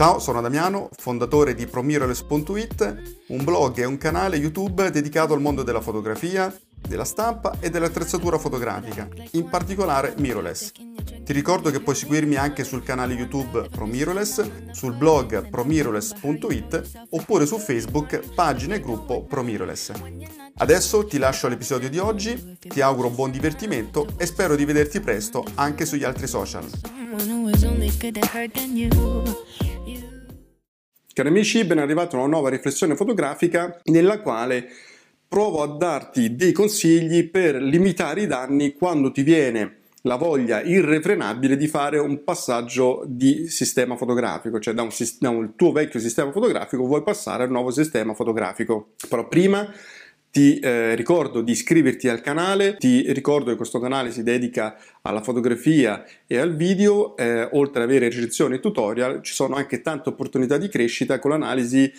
Ciao, sono Damiano, fondatore di ProMirrorless.it, un blog e un canale YouTube dedicato al mondo della fotografia, della stampa e dell'attrezzatura fotografica, in particolare mirrorless. Ti ricordo che puoi seguirmi anche sul canale YouTube ProMirrorless, sul blog ProMirrorless.it oppure su Facebook, pagina e gruppo ProMirrorless. Adesso ti lascio all'episodio di oggi, ti auguro buon divertimento e spero di vederti presto anche sugli altri social. Cari amici, ben arrivati a una nuova riflessione fotografica nella quale provo a darti dei consigli per limitare i danni quando ti viene la voglia irrefrenabile di fare un passaggio di sistema fotografico, cioè da un tuo vecchio sistema fotografico vuoi passare al nuovo sistema fotografico. Però prima ti ricordo di iscriverti al canale, ti ricordo che questo canale si dedica alla fotografia e al video, oltre ad avere recensioni e tutorial ci sono anche tante opportunità di crescita con l'analisi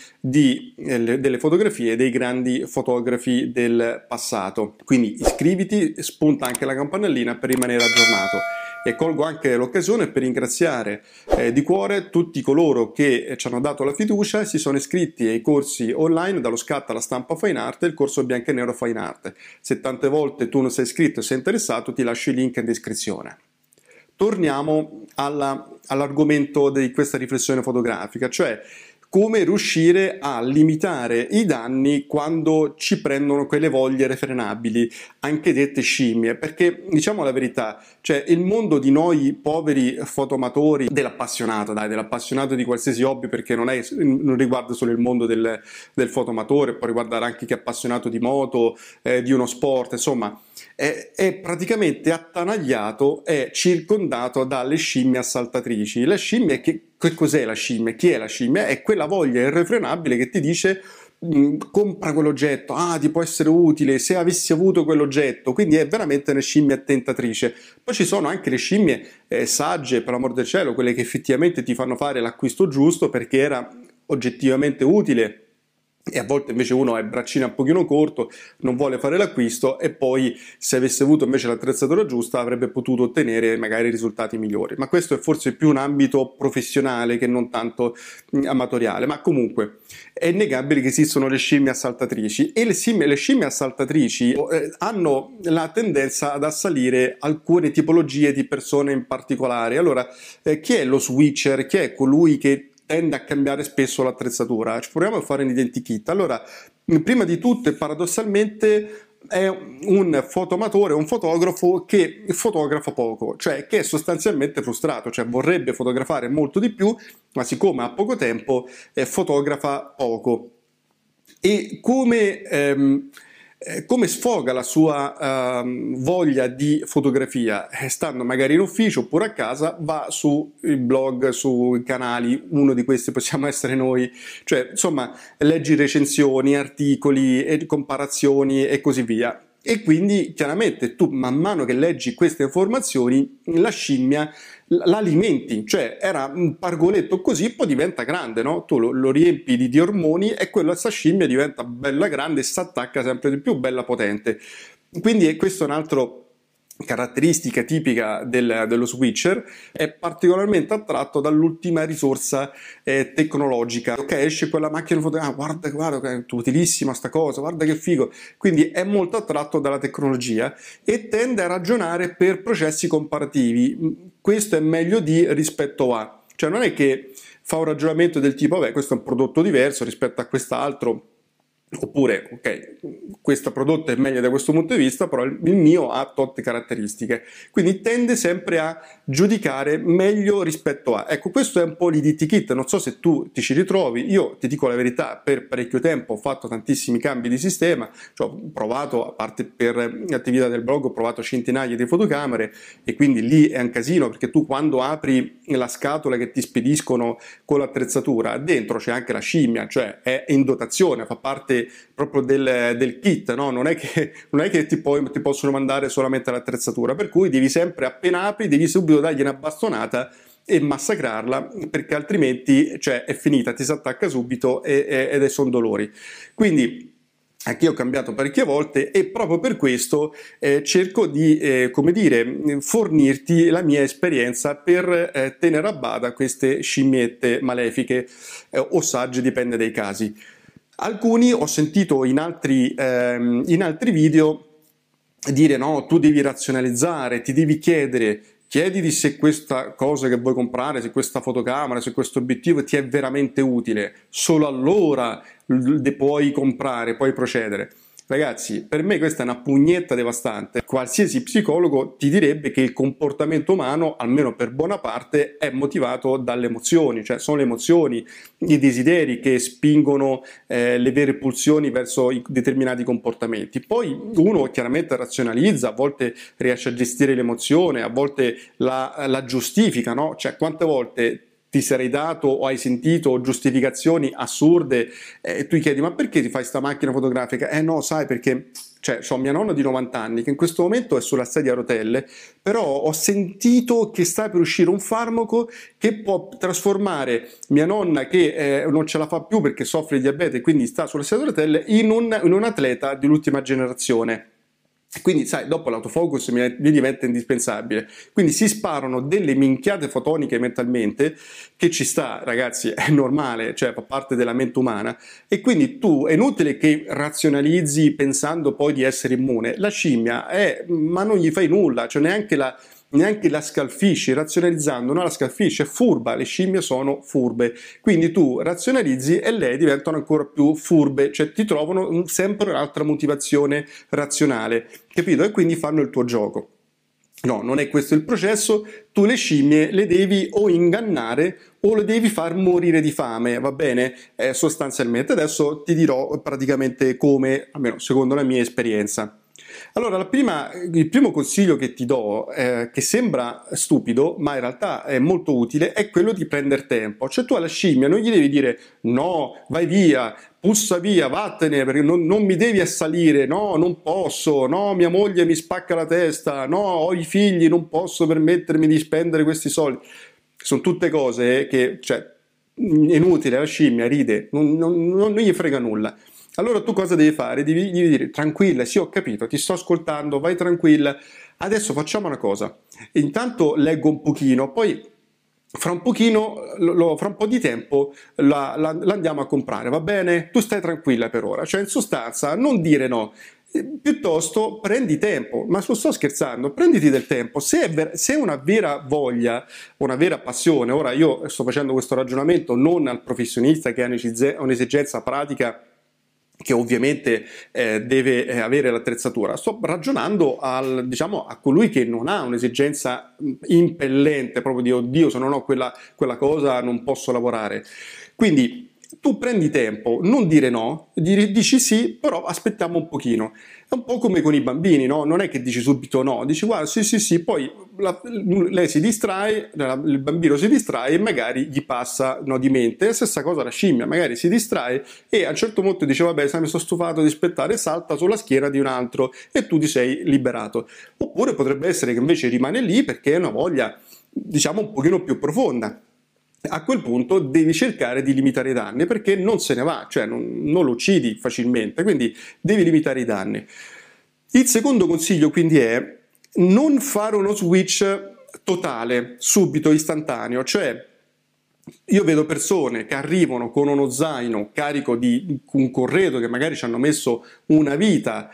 delle fotografie dei grandi fotografi del passato. Quindi iscriviti, spunta anche la campanellina per rimanere aggiornato. E colgo anche l'occasione per ringraziare di cuore tutti coloro che ci hanno dato la fiducia e si sono iscritti ai corsi online dallo scatto alla stampa fine art e il corso bianco e nero fine art. Se tante volte tu non sei iscritto e sei interessato, ti lascio il link in descrizione. Torniamo all'argomento di questa riflessione fotografica, cioè come riuscire a limitare i danni quando ci prendono quelle voglie irrefrenabili, anche dette scimmie, perché diciamo la verità, cioè il mondo di noi poveri fotoamatori, dell'appassionato di qualsiasi hobby, perché non riguarda solo il mondo del fotoamatore, può riguardare anche chi è appassionato di moto, di uno sport, insomma, è praticamente attanagliato, è circondato dalle scimmie assaltatrici. La scimmia, che cos'è la scimmia? Chi è la scimmia? È quella voglia irrefrenabile che ti dice compra quell'oggetto, ti può essere utile se avessi avuto quell'oggetto, quindi è veramente una scimmia tentatrice. Poi ci sono anche le scimmie sagge, per l'amor del cielo, quelle che effettivamente ti fanno fare l'acquisto giusto perché era oggettivamente utile. E a volte invece uno ha il braccino un pochino corto, non vuole fare l'acquisto e poi se avesse avuto invece l'attrezzatura giusta avrebbe potuto ottenere magari risultati migliori. Ma questo è forse più un ambito professionale che non tanto amatoriale, ma comunque è innegabile che esistono le scimmie assaltatrici e le scimmie assaltatrici hanno la tendenza ad assalire alcune tipologie di persone in particolare. Allora, chi è lo switcher? Chi è colui che tende a cambiare spesso l'attrezzatura? Ci proviamo a fare un identikit. Allora, prima di tutto e paradossalmente è un fotoamatore, un fotografo che fotografa poco, cioè che è sostanzialmente frustrato, cioè vorrebbe fotografare molto di più, ma siccome ha poco tempo fotografa poco. E come sfoga la sua voglia di fotografia? Stando magari in ufficio oppure a casa, va sui blog, sui canali, uno di questi possiamo essere noi, cioè insomma leggi recensioni, articoli e comparazioni e così via. E quindi chiaramente tu man mano che leggi queste informazioni la scimmia l'alimenti, cioè era un pargoletto così, poi diventa grande, no? Tu lo riempi di ormoni e questa scimmia diventa bella grande e si attacca sempre di più, bella potente. Quindi questo è un altro caratteristica tipica dello switcher, è particolarmente attratto dall'ultima risorsa tecnologica. Ok, esce quella macchina fotografica, guarda che è utilissima sta cosa, guarda che figo. Quindi è molto attratto dalla tecnologia e tende a ragionare per processi comparativi. Questo è meglio di rispetto a, cioè non è che fa un ragionamento del tipo vabbè, questo è un prodotto diverso rispetto a quest'altro, oppure ok, questo prodotto è meglio da questo punto di vista, però il mio ha tot caratteristiche, quindi tende sempre a giudicare meglio rispetto a. Ecco, questo è un po' l'identikit, non so se tu ti ci ritrovi. Io ti dico la verità, per parecchio tempo ho fatto tantissimi cambi di sistema, cioè ho provato, a parte per attività del blog, ho provato centinaia di fotocamere e quindi lì è un casino, perché tu quando apri la scatola che ti spediscono con l'attrezzatura, dentro c'è anche la scimmia, cioè è in dotazione, fa parte proprio del kit, no? Non è che ti possono mandare solamente l'attrezzatura, per cui devi sempre, appena apri, devi subito dargli una bastonata e massacrarla, perché altrimenti, cioè, è finita, ti si attacca subito ed sono dolori. Quindi Anche io ho cambiato parecchie volte e proprio per questo cerco di, come dire, fornirti la mia esperienza per tenere a bada queste scimmiette malefiche o sagge, dipende dai casi. Alcuni ho sentito in altri video dire no, tu devi razionalizzare, ti devi chiediti se questa cosa che vuoi comprare, se questa fotocamera, se questo obiettivo ti è veramente utile, solo allora puoi comprare, puoi procedere. Ragazzi, per me questa è una pugnetta devastante. Qualsiasi psicologo ti direbbe che il comportamento umano, almeno per buona parte, è motivato dalle emozioni, cioè sono le emozioni, i desideri che spingono le vere pulsioni verso determinati comportamenti. Poi uno chiaramente razionalizza, a volte riesce a gestire l'emozione, a volte la giustifica, no? Cioè quante volte ti sarei dato o hai sentito giustificazioni assurde e tu gli chiedi ma perché ti fai sta macchina fotografica? No, sai perché ho mia nonna di 90 anni che in questo momento è sulla sedia a rotelle, però ho sentito che sta per uscire un farmaco che può trasformare mia nonna che non ce la fa più perché soffre di diabete e quindi sta sulla sedia a rotelle in un atleta dell'ultima generazione. Quindi, sai, dopo l'autofocus mi diventa indispensabile. Quindi si sparano delle minchiate fotoniche mentalmente, che ci sta, ragazzi, è normale, cioè fa parte della mente umana, e quindi tu è inutile che razionalizzi pensando poi di essere immune. La scimmia ma non gli fai nulla, cioè neanche la scalfisci, razionalizzando, non la scalfisci, è furba, le scimmie sono furbe, quindi tu razionalizzi e lei diventano ancora più furbe, cioè ti trovano sempre un'altra motivazione razionale, capito? E quindi fanno il tuo gioco. No, non è questo il processo, tu le scimmie le devi o ingannare o le devi far morire di fame, va bene? Sostanzialmente, adesso ti dirò praticamente come, almeno secondo la mia esperienza. Allora, il primo consiglio che ti do, che sembra stupido, ma in realtà è molto utile, è quello di prendere tempo. Cioè tu alla scimmia non gli devi dire no, vai via, pussa via, vattene, perché non mi devi assalire, no, non posso, no, mia moglie mi spacca la testa, no, ho i figli, non posso permettermi di spendere questi soldi. Sono tutte cose che, cioè, è inutile, la scimmia ride, non gli frega nulla. Allora tu cosa devi fare? Devi dire tranquilla, sì ho capito, ti sto ascoltando, vai tranquilla. Adesso facciamo una cosa. Intanto leggo un pochino, poi fra un pochino, fra un po' di tempo la andiamo a comprare, va bene? Tu stai tranquilla per ora. Cioè in sostanza non dire no. Piuttosto prendi tempo, ma sto scherzando, prenditi del tempo. Se è una vera voglia, una vera passione, ora io sto facendo questo ragionamento non al professionista che ha un'esigenza pratica che ovviamente deve avere l'attrezzatura. Sto ragionando diciamo, a colui che non ha un'esigenza impellente, proprio di oddio, se non ho quella cosa non posso lavorare. Quindi tu prendi tempo, non dire no, dici sì, però aspettiamo un pochino. È un po' come con i bambini, no? Non è che dici subito no, dici guarda sì, poi lei si distrae, il bambino si distrae e magari gli passa no, di mente. La stessa cosa la scimmia, magari si distrae e a un certo punto dice vabbè, sai, mi sono stufato di aspettare, salta sulla schiena di un altro e tu ti sei liberato. Oppure potrebbe essere che invece rimane lì perché è una voglia, diciamo, un pochino più profonda. A quel punto devi cercare di limitare i danni perché non se ne va, cioè non lo uccidi facilmente, quindi devi limitare i danni. Il secondo consiglio quindi è non fare uno switch totale, subito, istantaneo, cioè io vedo persone che arrivano con uno zaino carico di un corredo che magari ci hanno messo una vita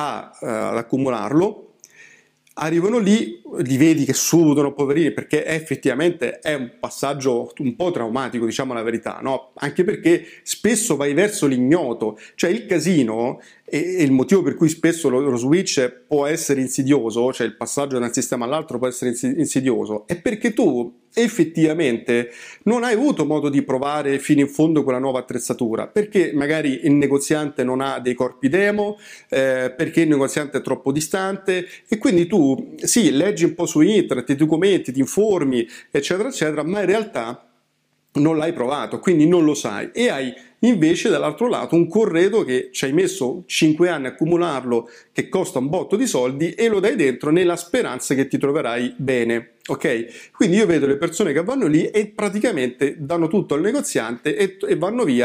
ad accumularlo, arrivano lì, li vedi che sudano, poverini, perché effettivamente è un passaggio un po' traumatico, diciamo la verità, no? Anche perché spesso vai verso l'ignoto, cioè il casino e il motivo per cui spesso lo switch può essere insidioso, cioè il passaggio da un sistema all'altro può essere insidioso, è perché tu effettivamente non hai avuto modo di provare fino in fondo quella nuova attrezzatura, perché magari il negoziante non ha dei corpi demo, perché il negoziante è troppo distante e quindi tu sì, leggi un po' su internet, ti documenti, ti informi, eccetera, eccetera, ma in realtà non l'hai provato, quindi non lo sai e hai invece dall'altro lato un corredo che ci hai messo 5 anni a accumularlo, che costa un botto di soldi e lo dai dentro nella speranza che ti troverai bene, ok? Quindi io vedo le persone che vanno lì e praticamente danno tutto al negoziante e vanno via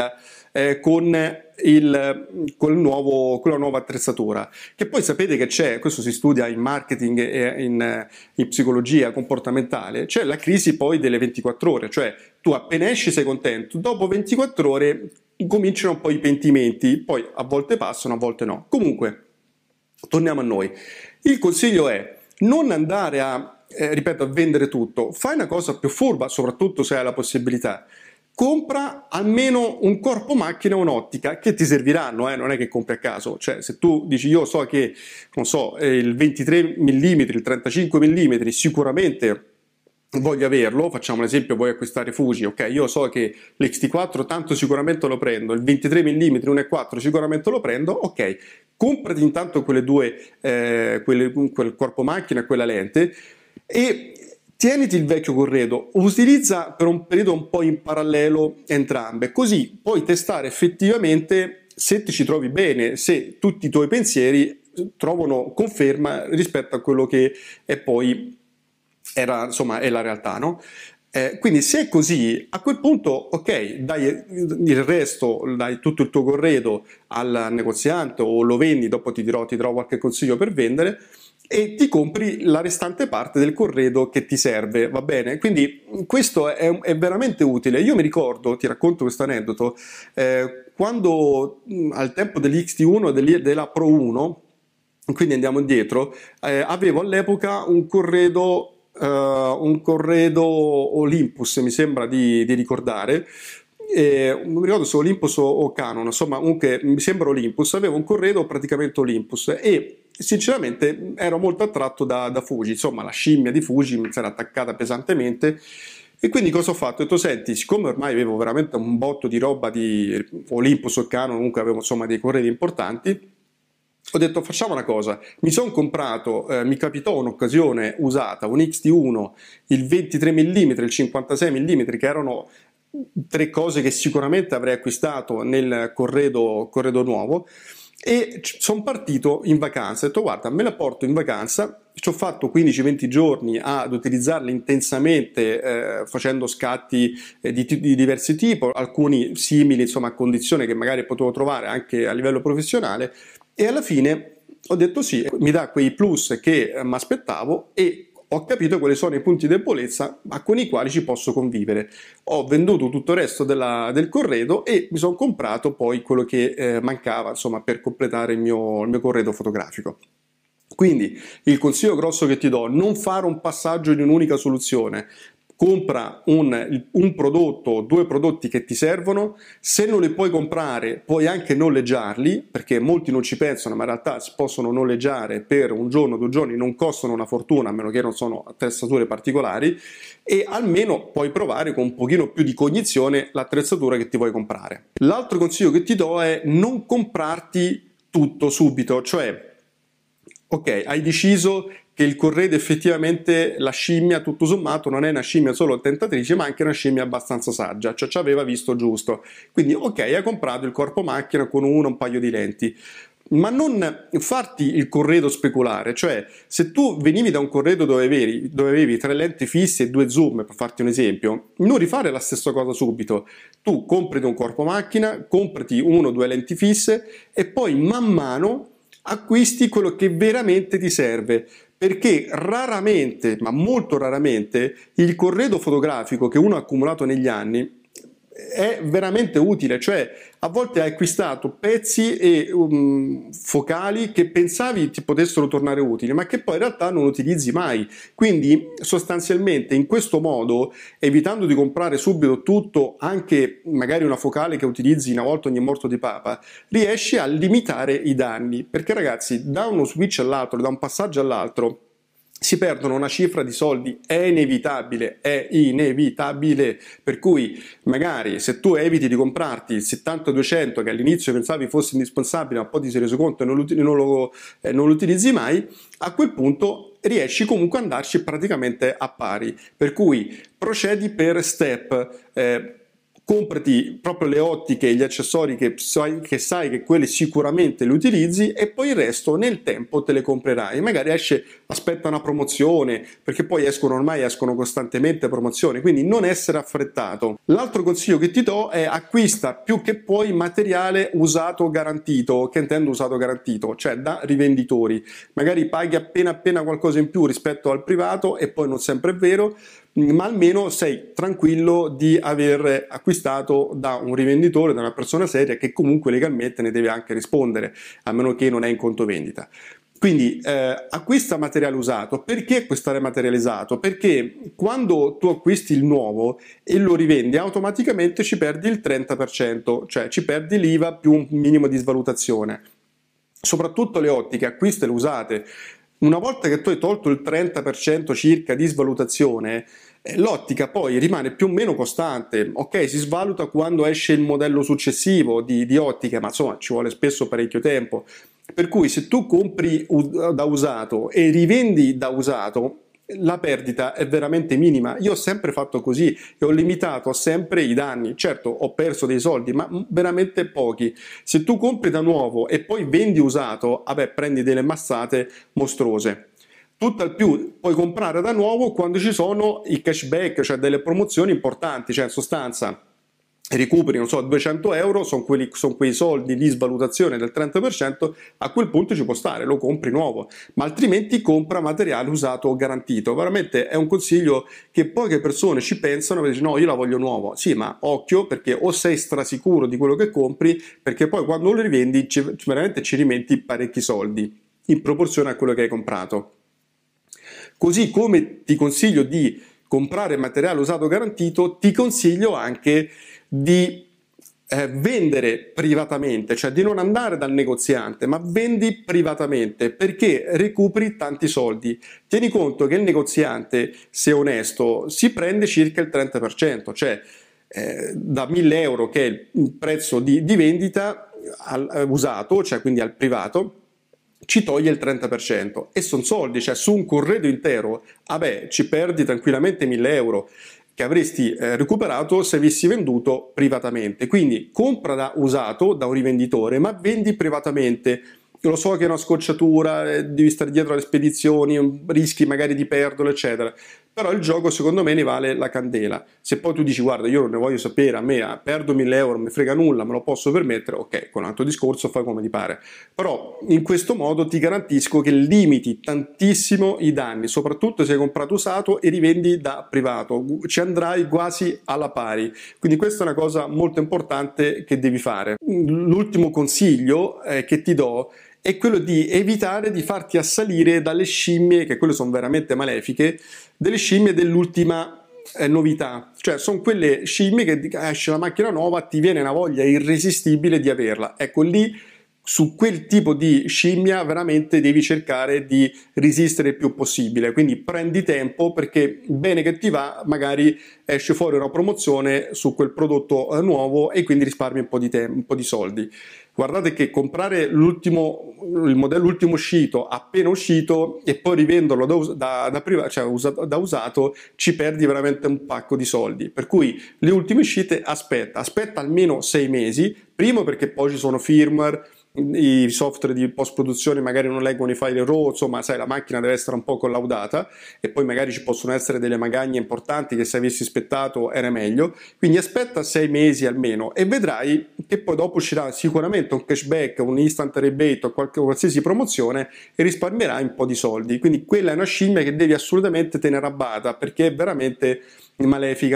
con la nuova attrezzatura. Che poi sapete che c'è, questo si studia in marketing e in psicologia comportamentale, c'è la crisi poi delle 24 ore, cioè tu appena esci sei contento, dopo 24 ore cominciano un po' i pentimenti, poi a volte passano, a volte no. Comunque, torniamo a noi. Il consiglio è non andare a vendere tutto, fai una cosa più furba, soprattutto se hai la possibilità. Compra almeno un corpo macchina o un'ottica che ti serviranno, non è che compri a caso. Cioè, se tu dici io so che, non so, il 23 mm, il 35 mm sicuramente voglio averlo, facciamo l'esempio, vuoi acquistare Fuji, ok, io so che l'X-T4 tanto sicuramente lo prendo, il 23 mm 1.4 sicuramente lo prendo, ok, comprati intanto quel corpo macchina e quella lente e tieniti il vecchio corredo, utilizza per un periodo un po' in parallelo entrambe, così puoi testare effettivamente se ti ci trovi bene, se tutti i tuoi pensieri trovano conferma rispetto a quello che è poi è la realtà, no? Quindi se è così, a quel punto, ok, dai il resto, dai tutto il tuo corredo al negoziante o lo vendi, dopo ti darò qualche consiglio per vendere, e ti compri la restante parte del corredo che ti serve, va bene? Quindi questo è veramente utile. Io mi ricordo, ti racconto questo aneddoto, quando al tempo dell'X-T1 e della Pro 1, quindi andiamo indietro, avevo all'epoca un corredo Olympus, mi sembra di ricordare, non mi ricordo se Olympus o Canon, insomma comunque mi sembra Olympus, avevo un corredo praticamente Olympus e sinceramente ero molto attratto da Fuji, insomma la scimmia di Fuji mi si era attaccata pesantemente e quindi cosa ho fatto? Ho detto senti, siccome ormai avevo veramente un botto di roba di Olympus o Canon, comunque avevo insomma dei corredi importanti, ho detto facciamo una cosa, mi sono comprato, mi capitò un'occasione usata, un X-T1, il 23 mm, il 56 mm, che erano tre cose che sicuramente avrei acquistato nel corredo nuovo e sono partito in vacanza, ho detto guarda me la porto in vacanza, ci ho fatto 15-20 giorni ad utilizzarli intensamente facendo scatti di diversi tipi, alcuni simili insomma a condizione che magari potevo trovare anche a livello professionale e alla fine ho detto sì, mi dà quei plus che mi aspettavo e ho capito quali sono i punti di debolezza con i quali ci posso convivere. Ho venduto tutto il resto del corredo e mi sono comprato poi quello che mancava, insomma, per completare il mio corredo fotografico. Quindi il consiglio grosso che ti do, non fare un passaggio di un'unica soluzione. Compra un prodotto, due prodotti che ti servono, se non li puoi comprare puoi anche noleggiarli, perché molti non ci pensano, ma in realtà si possono noleggiare per un giorno, 2 giorni, non costano una fortuna, a meno che non sono attrezzature particolari, e almeno puoi provare con un pochino più di cognizione l'attrezzatura che ti vuoi comprare. L'altro consiglio che ti do è non comprarti tutto subito, cioè ok, hai deciso che il corredo effettivamente, la scimmia tutto sommato non è una scimmia solo tentatrice ma anche una scimmia abbastanza saggia, cioè ci aveva visto giusto. Quindi ok, hai comprato il corpo macchina con un paio di lenti, ma non farti il corredo speculare, cioè se tu venivi da un corredo dove avevi 3 lenti fisse e 2 zoom, per farti un esempio, non rifare la stessa cosa subito. Tu comprati un corpo macchina, comprati 1 o 2 lenti fisse e poi man mano acquisti quello che veramente ti serve, perché raramente, ma molto raramente, il corredo fotografico che uno ha accumulato negli anni è veramente utile, cioè a volte hai acquistato pezzi e focali che pensavi ti potessero tornare utili, ma che poi in realtà non utilizzi mai. Quindi sostanzialmente in questo modo, evitando di comprare subito tutto, anche magari una focale che utilizzi una volta ogni morto di papa, riesci a limitare i danni, perché ragazzi, da uno switch all'altro, da un passaggio all'altro, si perdono una cifra di soldi, è inevitabile, per cui magari se tu eviti di comprarti il 70-200 che all'inizio pensavi fosse indispensabile ma poi ti sei reso conto e non lo utilizzi mai, a quel punto riesci comunque ad andarci praticamente a pari, per cui procedi per step, comprati proprio le ottiche e gli accessori che sai che quelli sicuramente li utilizzi, e poi il resto nel tempo te le comprerai. Magari aspetta una promozione, perché poi ormai escono costantemente promozioni, quindi non essere affrettato. L'altro consiglio che ti do è: acquista più che puoi materiale usato garantito. Che intendo usato garantito? Cioè da rivenditori. Magari paghi appena qualcosa in più rispetto al privato, e poi non sempre è vero, ma almeno sei tranquillo di aver acquistato da un rivenditore, da una persona seria, che comunque legalmente ne deve anche rispondere, a meno che non è in conto vendita. Quindi acquista materiale usato. Perché acquistare materiale usato? Perché quando tu acquisti il nuovo e lo rivendi, automaticamente ci perdi il 30%, cioè ci perdi l'IVA più un minimo di svalutazione. Soprattutto le ottiche, acquistale usate. Una volta che tu hai tolto il 30% circa di svalutazione, l'ottica poi rimane più o meno costante. Ok, si svaluta quando esce il modello successivo di ottica, ma insomma ci vuole spesso parecchio tempo. Per cui se tu compri da usato e rivendi da usato, la perdita è veramente minima. Io ho sempre fatto così e ho limitato sempre i danni. Certo, ho perso dei soldi, ma veramente pochi. Se tu compri da nuovo e poi vendi usato, prendi delle mazzate mostruose. Tutt'al più puoi comprare da nuovo quando ci sono i cashback, cioè delle promozioni importanti, cioè in sostanza recuperi, non so, 200 euro, sono quei soldi di svalutazione del 30%, a quel punto ci può stare, lo compri nuovo, ma altrimenti compra materiale usato garantito. Veramente è un consiglio che poche persone ci pensano e dicono: no, io la voglio nuovo. Sì, ma occhio, perché o sei strasicuro di quello che compri, perché poi quando lo rivendi veramente ci rimetti parecchi soldi in proporzione a quello che hai comprato. Così come ti consiglio di comprare materiale usato garantito, ti consiglio anche di vendere privatamente, cioè di non andare dal negoziante, ma vendi privatamente, perché recuperi tanti soldi. Tieni conto che il negoziante, se onesto, si prende circa il 30%, cioè da 1000 euro, che è il prezzo di vendita usato, cioè quindi al privato, ci toglie il 30%, e sono soldi, cioè su un corredo intero, ci perdi tranquillamente 1000 euro che avresti recuperato se avessi venduto privatamente. Quindi compra da usato da un rivenditore, ma vendi privatamente. Lo so che è una scocciatura, devi stare dietro alle spedizioni, rischi magari di perderlo, eccetera, però il gioco secondo me ne vale la candela. Se poi tu dici: guarda, io non ne voglio sapere, a me perdo 1000 euro, non mi frega nulla, me lo posso permettere, ok, con un altro discorso, fai come ti pare. Però in questo modo ti garantisco che limiti tantissimo i danni, soprattutto se hai comprato usato e rivendi da privato, ci andrai quasi alla pari. Quindi questa è una cosa molto importante che devi fare. L'ultimo consiglio che ti do è quello di evitare di farti assalire dalle scimmie, che quelle sono veramente malefiche, delle scimmie dell'ultima novità. Cioè sono quelle scimmie che esce la macchina nuova, ti viene una voglia irresistibile di averla. Ecco, lì su quel tipo di scimmia veramente devi cercare di resistere il più possibile. Quindi prendi tempo, perché bene che ti va, magari esce fuori una promozione su quel prodotto nuovo e quindi risparmi un po' di tempo, un po' di soldi. Guardate che comprare il modello ultimo uscito, appena uscito, e poi rivenderlo da usato, ci perdi veramente un pacco di soldi. Per cui le ultime uscite aspetta almeno 6 mesi, primo perché poi ci sono firmware, i software di post produzione magari non leggono i file RAW, insomma sai, la macchina deve essere un po' collaudata, e poi magari ci possono essere delle magagne importanti che se avessi aspettato era meglio. Quindi aspetta 6 mesi almeno e vedrai che poi dopo uscirà sicuramente un cashback, un instant rebate o qualsiasi promozione, e risparmierai un po' di soldi. Quindi quella è una scimmia che devi assolutamente tenere a bada, perché è veramente malefica.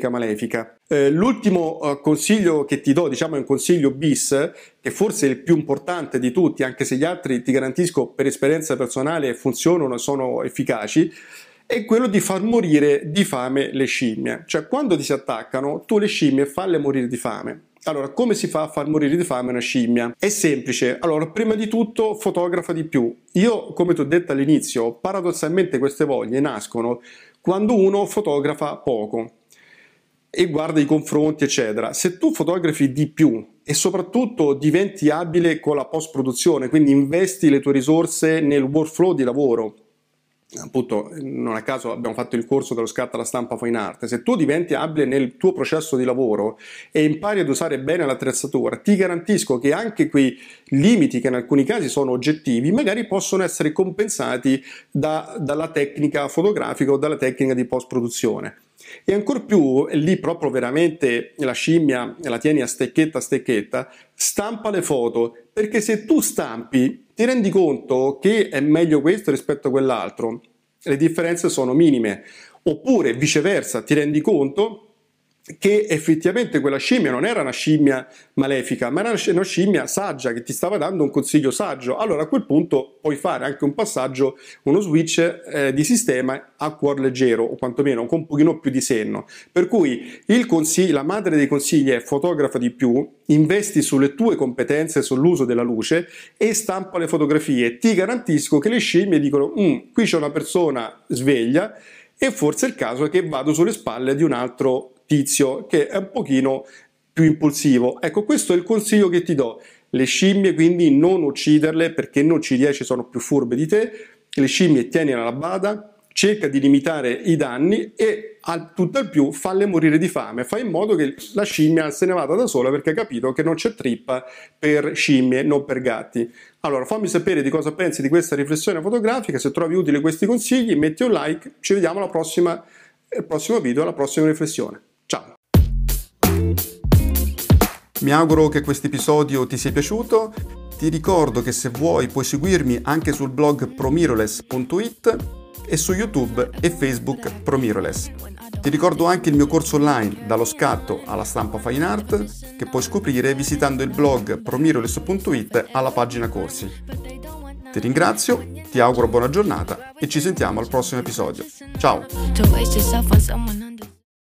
L'ultimo consiglio che ti do, diciamo, è un consiglio bis, che forse è il più importante di tutti, anche se gli altri, ti garantisco per esperienza personale, funzionano e sono efficaci, è quello di far morire di fame le scimmie. Cioè quando ti si attaccano, tu le scimmie falle morire di fame. Allora, come si fa a far morire di fame una scimmia? È semplice. Allora, prima di tutto, fotografa di più. Io, come ti ho detto all'inizio, paradossalmente queste voglie nascono quando uno fotografa poco e guarda i confronti, eccetera. Se tu fotografi di più e soprattutto diventi abile con la post-produzione, quindi investi le tue risorse nel workflow di lavoro, appunto, non a caso abbiamo fatto il corso dello scatto alla stampa fine art. Se tu diventi abile nel tuo processo di lavoro e impari ad usare bene l'attrezzatura, ti garantisco che anche quei limiti che in alcuni casi sono oggettivi magari possono essere compensati dalla tecnica fotografica o dalla tecnica di post produzione. E ancor più lì proprio veramente la scimmia la tieni a stecchetta, stampa le foto, perché se tu stampi ti rendi conto che è meglio questo rispetto a quell'altro, le differenze sono minime, oppure viceversa ti rendi conto che effettivamente quella scimmia non era una scimmia malefica, ma era una scimmia saggia che ti stava dando un consiglio saggio. Allora a quel punto puoi fare anche un passaggio, uno switch di sistema a cuor leggero, o quantomeno con un pochino più di senno. Per cui la madre dei consigli è: fotografa di più, investi sulle tue competenze sull'uso della luce e stampa le fotografie. Ti garantisco che le scimmie dicono: qui c'è una persona sveglia e forse è il caso che vado sulle spalle di un altro tizio che è un pochino più impulsivo. Ecco, questo è il consiglio che ti do. Le scimmie quindi non ucciderle, perché non ci riesci, sono più furbe di te. Le scimmie tienile alla bada, cerca di limitare i danni e tutt'al più falle morire di fame, fai in modo che la scimmia se ne vada da sola, perché ha capito che non c'è trippa per scimmie, non per gatti. Allora fammi sapere di cosa pensi di questa riflessione fotografica, se trovi utili questi consigli metti un like, ci vediamo al prossimo video, alla prossima riflessione. Ciao! Mi auguro che questo episodio ti sia piaciuto. Ti ricordo che se vuoi puoi seguirmi anche sul blog promirrorless.it e su YouTube e Facebook Promirrorless. Ti ricordo anche il mio corso online dallo scatto alla stampa fine art, che puoi scoprire visitando il blog promirrorless.it alla pagina corsi. Ti ringrazio, ti auguro buona giornata e ci sentiamo al prossimo episodio. Ciao!